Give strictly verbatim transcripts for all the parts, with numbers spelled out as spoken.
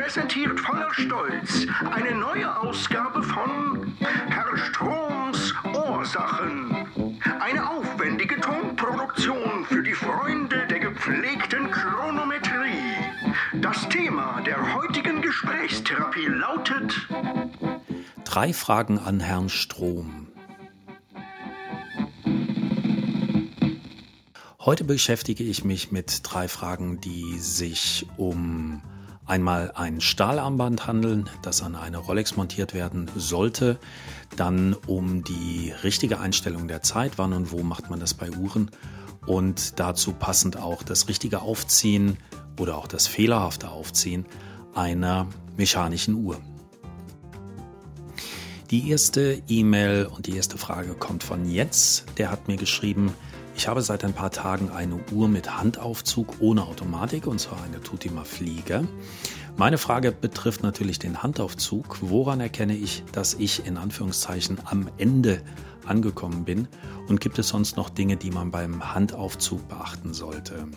präsentiert voller Stolz eine neue Ausgabe von Herr Stroms Ohrsachen. Eine aufwendige Tonproduktion für die Freunde der gepflegten Chronometrie. Das Thema der heutigen Gesprächstherapie lautet: Drei Fragen an Herrn Strom. Heute beschäftige ich mich mit drei Fragen, die sich um einmal ein Stahlarmband handeln, das an eine Rolex montiert werden sollte, dann um die richtige Einstellung der Zeit, wann und wo macht man das bei Uhren, und dazu passend auch das richtige Aufziehen oder auch das fehlerhafte Aufziehen einer mechanischen Uhr. Die erste E-Mail und die erste Frage kommt von Jens. Der hat mir geschrieben: Ich habe seit ein paar Tagen eine Uhr mit Handaufzug ohne Automatik, und zwar eine Tutima Flieger. Meine Frage betrifft natürlich den Handaufzug. Woran erkenne ich, dass ich in Anführungszeichen am Ende angekommen bin? Und gibt es sonst noch Dinge, die man beim Handaufzug beachten sollte?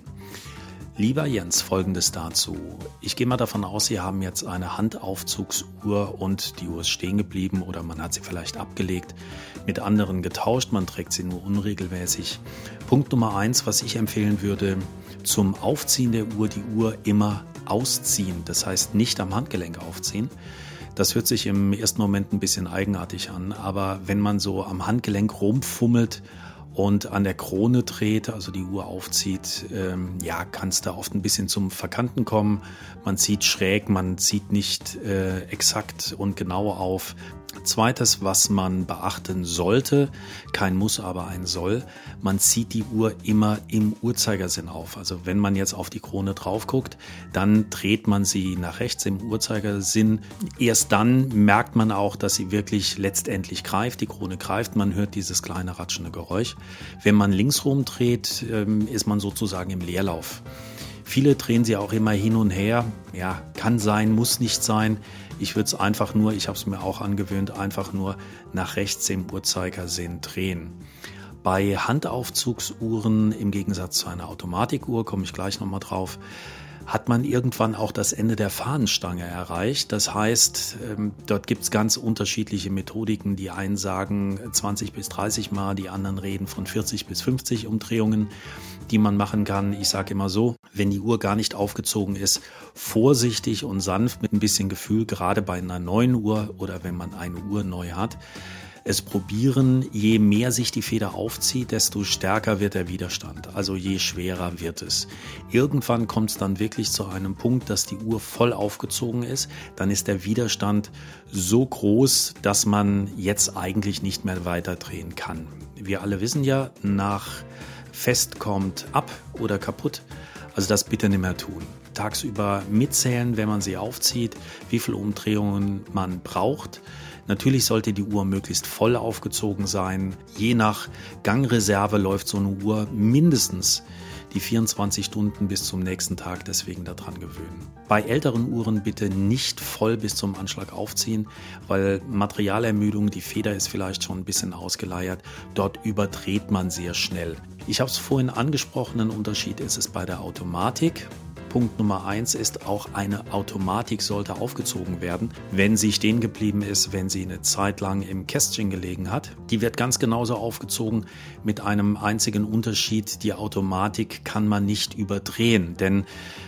Lieber Jens, Folgendes dazu. Ich gehe mal davon aus, Sie haben jetzt eine Handaufzugsuhr und die Uhr ist stehen geblieben oder man hat sie vielleicht abgelegt, mit anderen getauscht, man trägt sie nur unregelmäßig. Punkt Nummer eins, was ich empfehlen würde: zum Aufziehen der Uhr die Uhr immer ausziehen. Das heißt, nicht am Handgelenk aufziehen. Das hört sich im ersten Moment ein bisschen eigenartig an, aber wenn man so am Handgelenk rumfummelt und an der Krone dreht, also die Uhr aufzieht, ähm, ja, kann es da oft ein bisschen zum Verkanten kommen. Man zieht schräg, man zieht nicht äh, exakt und genau auf. Zweites, was man beachten sollte, kein Muss, aber ein Soll: Man zieht die Uhr immer im Uhrzeigersinn auf. Also wenn man jetzt auf die Krone drauf guckt, dann dreht man sie nach rechts im Uhrzeigersinn. Erst dann merkt man auch, dass sie wirklich letztendlich greift, die Krone greift, man hört dieses kleine ratschende Geräusch. Wenn man links rumdreht, ist man sozusagen im Leerlauf. Viele drehen sie auch immer hin und her. Ja, kann sein, muss nicht sein. Ich würde es einfach nur, ich habe es mir auch angewöhnt, einfach nur nach rechts im Uhrzeigersinn drehen. Bei Handaufzugsuhren, im Gegensatz zu einer Automatikuhr, komme ich gleich nochmal drauf, hat man irgendwann auch das Ende der Fahnenstange erreicht. Das heißt, ähm, dort gibt es ganz unterschiedliche Methodiken. Die einen sagen zwanzig bis dreißig Mal, die anderen reden von vierzig bis fünfzig Umdrehungen, die man machen kann. Ich sage immer so: Wenn die Uhr gar nicht aufgezogen ist, vorsichtig und sanft mit ein bisschen Gefühl, gerade bei einer neuen Uhr oder wenn man eine Uhr neu hat, es probieren. Je mehr sich die Feder aufzieht, desto stärker wird der Widerstand, also je schwerer wird es. Irgendwann kommt es dann wirklich zu einem Punkt, dass die Uhr voll aufgezogen ist. Dann ist der Widerstand so groß, dass man jetzt eigentlich nicht mehr weiter drehen kann. Wir alle wissen ja, nach fest kommt ab oder kaputt. Also das bitte nicht mehr tun. Tagsüber mitzählen, wenn man sie aufzieht, wie viele Umdrehungen man braucht. Natürlich sollte die Uhr möglichst voll aufgezogen sein. Je nach Gangreserve läuft so eine Uhr mindestens die vierundzwanzig Stunden bis zum nächsten Tag, deswegen daran gewöhnen. Bei älteren Uhren bitte nicht voll bis zum Anschlag aufziehen, weil Materialermüdung, die Feder ist vielleicht schon ein bisschen ausgeleiert, dort überdreht man sehr schnell. Ich habe es vorhin angesprochen, ein Unterschied ist es bei der Automatik. Punkt Nummer eins ist, auch eine Automatik sollte aufgezogen werden, wenn sie stehen geblieben ist, wenn sie eine Zeit lang im Kästchen gelegen hat. Die wird ganz genauso aufgezogen, mit einem einzigen Unterschied: Die Automatik kann man nicht überdrehen, denn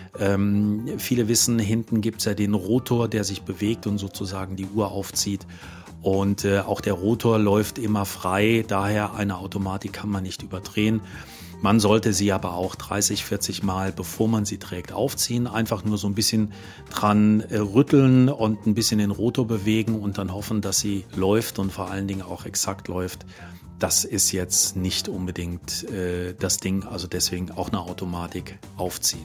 ähm, viele wissen, hinten gibt es ja den Rotor, der sich bewegt und sozusagen die Uhr aufzieht. Und äh, auch der Rotor läuft immer frei, daher eine Automatik kann man nicht überdrehen. Man sollte sie aber auch dreißig, vierzig Mal, bevor man sie trägt, aufziehen. Einfach nur so ein bisschen dran äh, rütteln und ein bisschen den Rotor bewegen und dann hoffen, dass sie läuft und vor allen Dingen auch exakt läuft. Das ist jetzt nicht unbedingt äh, das Ding, also deswegen auch eine Automatik aufziehen.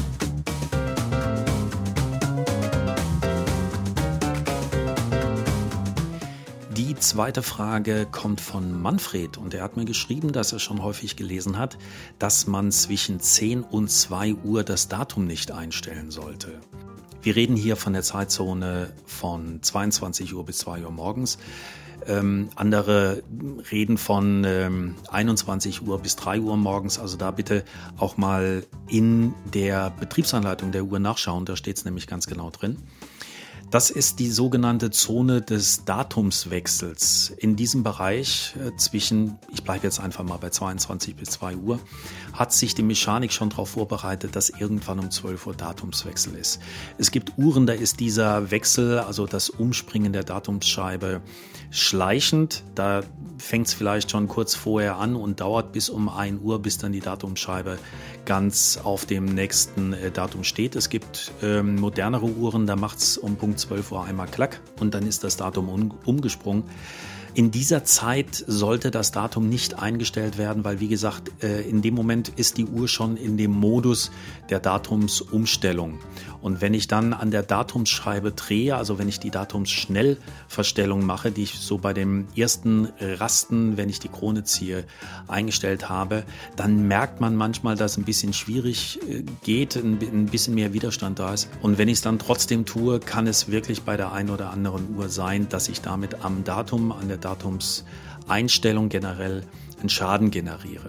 Die zweite Frage kommt von Manfred und er hat mir geschrieben, dass er schon häufig gelesen hat, dass man zwischen zehn und zwei Uhr das Datum nicht einstellen sollte. Wir reden hier von der Zeitzone von zweiundzwanzig Uhr bis zwei Uhr morgens. Ähm, andere reden von ähm, einundzwanzig Uhr bis drei Uhr morgens. Also da bitte auch mal in der Betriebsanleitung der Uhr nachschauen. Da steht es nämlich ganz genau drin. Das ist die sogenannte Zone des Datumswechsels. In diesem Bereich äh, zwischen, ich bleibe jetzt einfach mal bei zweiundzwanzig bis zwei Uhr, hat sich die Mechanik schon darauf vorbereitet, dass irgendwann um zwölf Uhr Datumswechsel ist. Es gibt Uhren, da ist dieser Wechsel, also das Umspringen der Datumsscheibe, schleichend. Da fängt es vielleicht schon kurz vorher an und dauert bis um ein Uhr, bis dann die Datumsscheibe ganz auf dem nächsten äh, Datum steht. Es gibt ähm, modernere Uhren, da macht es um Punkt zwölf Uhr einmal klack und dann ist das Datum um, umgesprungen. In dieser Zeit sollte das Datum nicht eingestellt werden, weil wie gesagt, in dem Moment ist die Uhr schon in dem Modus der Datumsumstellung. Und wenn ich dann an der Datumsscheibe drehe, also wenn ich die Datumsschnellverstellung mache, die ich so bei dem ersten Rasten, wenn ich die Krone ziehe, eingestellt habe, dann merkt man manchmal, dass es ein bisschen schwierig geht, ein bisschen mehr Widerstand da ist. Und wenn ich es dann trotzdem tue, kann es wirklich bei der einen oder anderen Uhr sein, dass ich damit am Datum, an der Datumseinstellung generell einen Schaden generiere.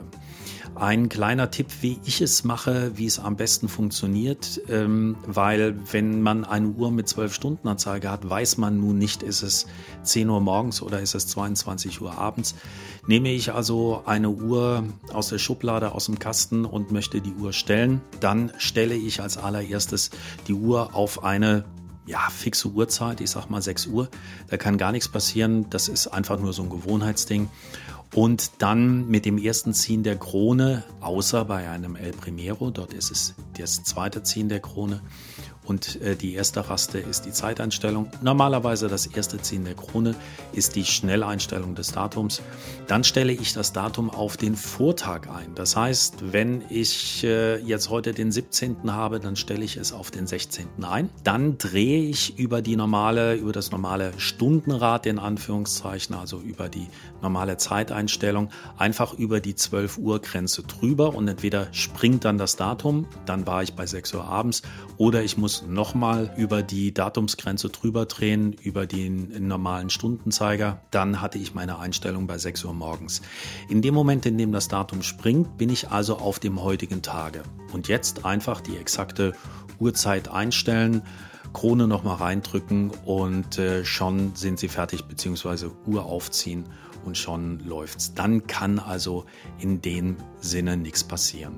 Ein kleiner Tipp, wie ich es mache, wie es am besten funktioniert, ähm, weil wenn man eine Uhr mit zwölf Stunden Anzeige hat, weiß man nun nicht, ist es zehn Uhr morgens oder ist es zweiundzwanzig Uhr abends. Nehme ich also eine Uhr aus der Schublade, aus dem Kasten und möchte die Uhr stellen, dann stelle ich als allererstes die Uhr auf eine ja, fixe Uhrzeit, ich sag mal sechs Uhr, da kann gar nichts passieren, das ist einfach nur so ein Gewohnheitsding. Und dann mit dem ersten Ziehen der Krone, außer bei einem El Primero, dort ist es das zweite Ziehen der Krone und äh, die erste Raste ist die Zeiteinstellung. Normalerweise das erste Ziehen der Krone ist die Schnelleinstellung des Datums. Dann stelle ich das Datum auf den Vortag ein. Das heißt, wenn ich äh, jetzt heute den siebzehnten habe, dann stelle ich es auf den sechzehnten ein. Dann drehe ich über die normale, über das normale Stundenrad in Anführungszeichen, also über die normale Zeiteinstellung, einfach über die zwölf Uhr Grenze drüber und entweder springt dann das Datum, dann war ich bei sechs Uhr abends, oder ich muss nochmal über die Datumsgrenze drüber drehen, über den normalen Stundenzeiger, dann hatte ich meine Einstellung bei sechs Uhr morgens. In dem Moment, in dem das Datum springt, bin ich also auf dem heutigen Tage. Und jetzt einfach die exakte Uhrzeit einstellen, Krone nochmal reindrücken und äh, schon sind Sie fertig, beziehungsweise Uhr aufziehen und schon läuft's. Dann kann also in dem Sinne nichts passieren.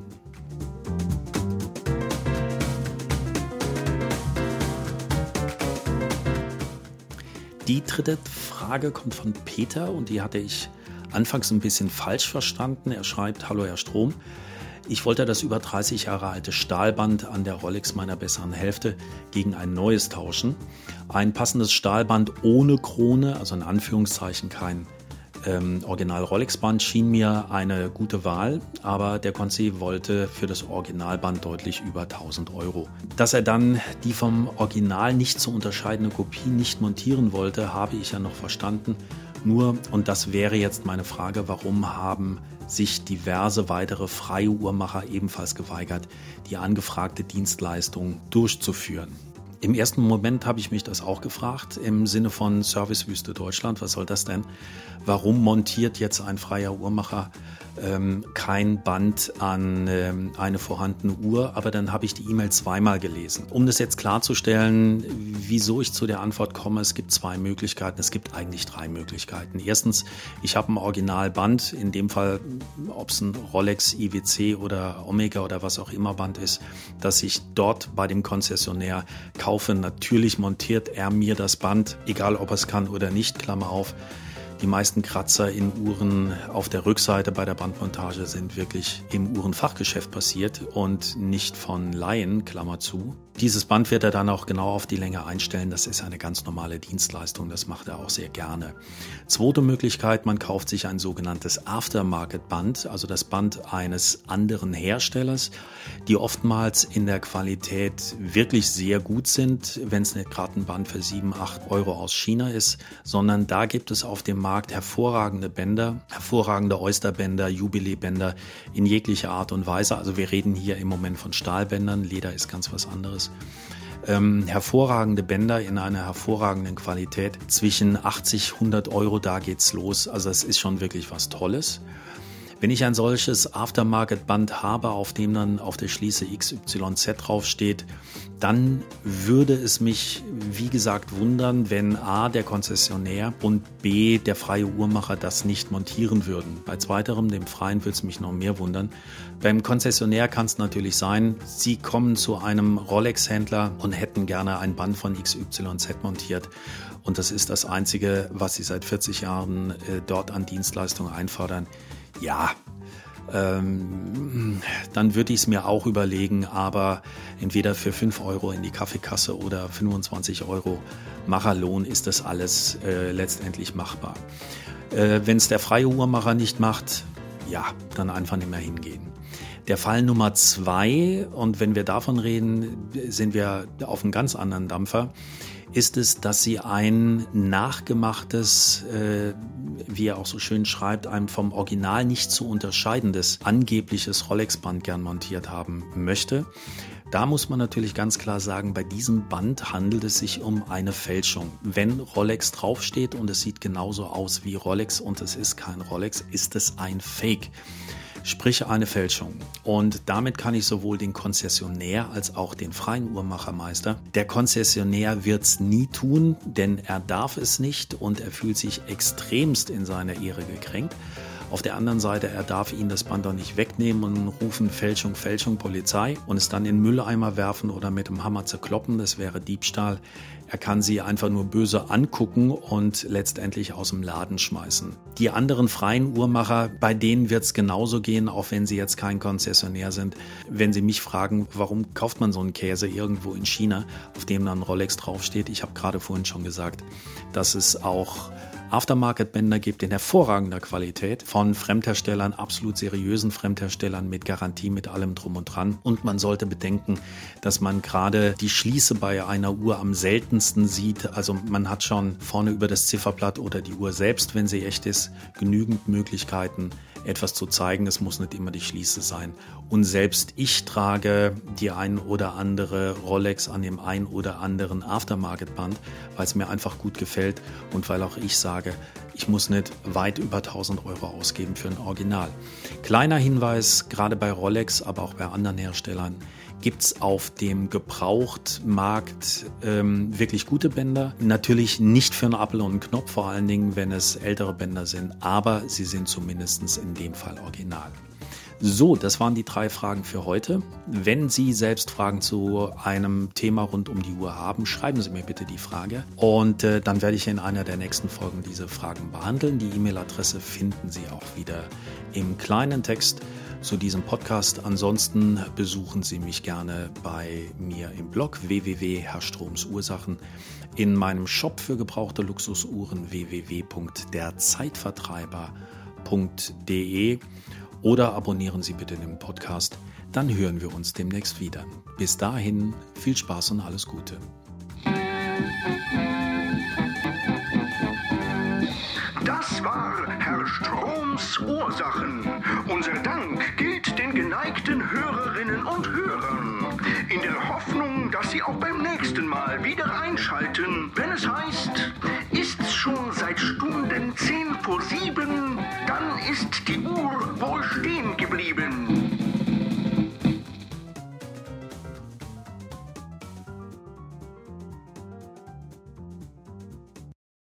Die dritte Frage kommt von Peter und die hatte ich anfangs ein bisschen falsch verstanden. Er schreibt: Hallo Herr Strom, ich wollte das über dreißig Jahre alte Stahlband an der Rolex meiner besseren Hälfte gegen ein neues tauschen. Ein passendes Stahlband ohne Krone, also in Anführungszeichen kein ähm, Original-Rolex-Band, schien mir eine gute Wahl, aber der Konzi wollte für das Originalband deutlich über tausend Euro. Dass er dann die vom Original nicht zu unterscheidende Kopie nicht montieren wollte, habe ich ja noch verstanden. Nur, und das wäre jetzt meine Frage, warum haben sich diverse weitere freie Uhrmacher ebenfalls geweigert, die angefragte Dienstleistung durchzuführen? Im ersten Moment habe ich mich das auch gefragt, im Sinne von Servicewüste Deutschland, was soll das denn? Warum montiert jetzt ein freier Uhrmacher ähm, kein Band an ähm, eine vorhandene Uhr? Aber dann habe ich die E-Mail zweimal gelesen. Um das jetzt klarzustellen, wieso ich zu der Antwort komme, es gibt zwei Möglichkeiten, es gibt eigentlich drei Möglichkeiten. Erstens, ich habe ein Originalband, in dem Fall, ob es ein Rolex I W C oder Omega oder was auch immer Band ist, dass ich dort bei dem Konzessionär kaufe. Natürlich montiert er mir das Band, egal ob er es kann oder nicht, Klammer auf. Die meisten Kratzer in Uhren auf der Rückseite bei der Bandmontage sind wirklich im Uhrenfachgeschäft passiert und nicht von Laien, Klammer zu. Dieses Band wird er dann auch genau auf die Länge einstellen. Das ist eine ganz normale Dienstleistung, das macht er auch sehr gerne. Zweite Möglichkeit, man kauft sich ein sogenanntes Aftermarket-Band, also das Band eines anderen Herstellers, die oftmals in der Qualität wirklich sehr gut sind, wenn es nicht gerade ein Band für sieben, acht Euro aus China ist, sondern da gibt es auf dem Markt hervorragende Bänder, hervorragende Oysterbänder, Jubiläebänder in jeglicher Art und Weise. Also wir reden hier im Moment von Stahlbändern, Leder ist ganz was anderes. Ähm, hervorragende Bänder in einer hervorragenden Qualität. Zwischen achtzig, hundert Euro, da geht's los. Also es ist schon wirklich was Tolles. Wenn ich ein solches Aftermarket-Band habe, auf dem dann auf der Schließe X Y Z draufsteht, dann würde es mich, wie gesagt, wundern, wenn A, der Konzessionär und B, der freie Uhrmacher das nicht montieren würden. Bei zweiterem, dem Freien, würde es mich noch mehr wundern. Beim Konzessionär kann es natürlich sein, Sie kommen zu einem Rolex-Händler und hätten gerne ein Band von X Y Z montiert. Und das ist das Einzige, was Sie seit vierzig Jahren äh, dort an Dienstleistungen einfordern. Ja, ähm, dann würde ich es mir auch überlegen, aber entweder für fünf Euro in die Kaffeekasse oder fünfundzwanzig Euro Macherlohn ist das alles äh, letztendlich machbar. Äh, wenn es der freie Uhrmacher nicht macht, ja, dann einfach nicht mehr hingehen. Der Fall Nummer zwei, und wenn wir davon reden, sind wir auf einem ganz anderen Dampfer, ist es, dass Sie ein nachgemachtes, äh, wie er auch so schön schreibt, einem vom Original nicht zu unterscheidendes, angebliches Rolex-Band gern montiert haben möchte. Da muss man natürlich ganz klar sagen, bei diesem Band handelt es sich um eine Fälschung. Wenn Rolex draufsteht und es sieht genauso aus wie Rolex und es ist kein Rolex, ist es ein Fake. Sprich eine Fälschung. Und damit kann ich sowohl den Konzessionär als auch den freien Uhrmachermeister. Der Konzessionär wird es nie tun, denn er darf es nicht und er fühlt sich extremst in seiner Ehre gekränkt. Auf der anderen Seite, er darf Ihnen das Band doch nicht wegnehmen und rufen Fälschung, Fälschung, Polizei und es dann in den Mülleimer werfen oder mit dem Hammer zerkloppen, das wäre Diebstahl. Er kann Sie einfach nur böse angucken und letztendlich aus dem Laden schmeißen. Die anderen freien Uhrmacher, bei denen wird es genauso gehen, auch wenn sie jetzt kein Konzessionär sind. Wenn Sie mich fragen, warum kauft man so einen Käse irgendwo in China, auf dem dann Rolex draufsteht? Ich habe gerade vorhin schon gesagt, dass es auch Aftermarket-Bänder gibt in hervorragender Qualität von Fremdherstellern, absolut seriösen Fremdherstellern mit Garantie, mit allem drum und dran. Und man sollte bedenken, dass man gerade die Schließe bei einer Uhr am seltensten sieht. Also man hat schon vorne über das Zifferblatt oder die Uhr selbst, wenn sie echt ist, genügend Möglichkeiten, etwas zu zeigen. Es muss nicht immer die Schließe sein. Und selbst ich trage die ein oder andere Rolex an dem ein oder anderen Aftermarket-Band, weil es mir einfach gut gefällt und weil auch ich sage, ich muss nicht weit über tausend Euro ausgeben für ein Original. Kleiner Hinweis, gerade bei Rolex, aber auch bei anderen Herstellern, gibt es auf dem Gebrauchtmarkt ähm, wirklich gute Bänder. Natürlich nicht für einen Appel und einen Knopf, vor allen Dingen, wenn es ältere Bänder sind, aber sie sind zumindest in dem Fall original. So, das waren die drei Fragen für heute. Wenn Sie selbst Fragen zu einem Thema rund um die Uhr haben, schreiben Sie mir bitte die Frage und äh, dann werde ich in einer der nächsten Folgen diese Fragen behandeln. Die E-Mail-Adresse finden Sie auch wieder im kleinen Text zu diesem Podcast. Ansonsten besuchen Sie mich gerne bei mir im Blog w w w punkt herr stroms ursachen, in meinem Shop für gebrauchte Luxusuhren w w w punkt der zeitvertreiber punkt de oder abonnieren Sie bitte den Podcast, dann hören wir uns demnächst wieder. Bis dahin, viel Spaß und alles Gute. Das war Herr Stroms Ursachen. Unser Dank gilt den geneigten Hörerinnen und Hörern. In der Hoffnung, dass Sie auch beim nächsten Mal wieder einschalten, wenn es heißt, ist's schon seit Stunden zehn vor sieben,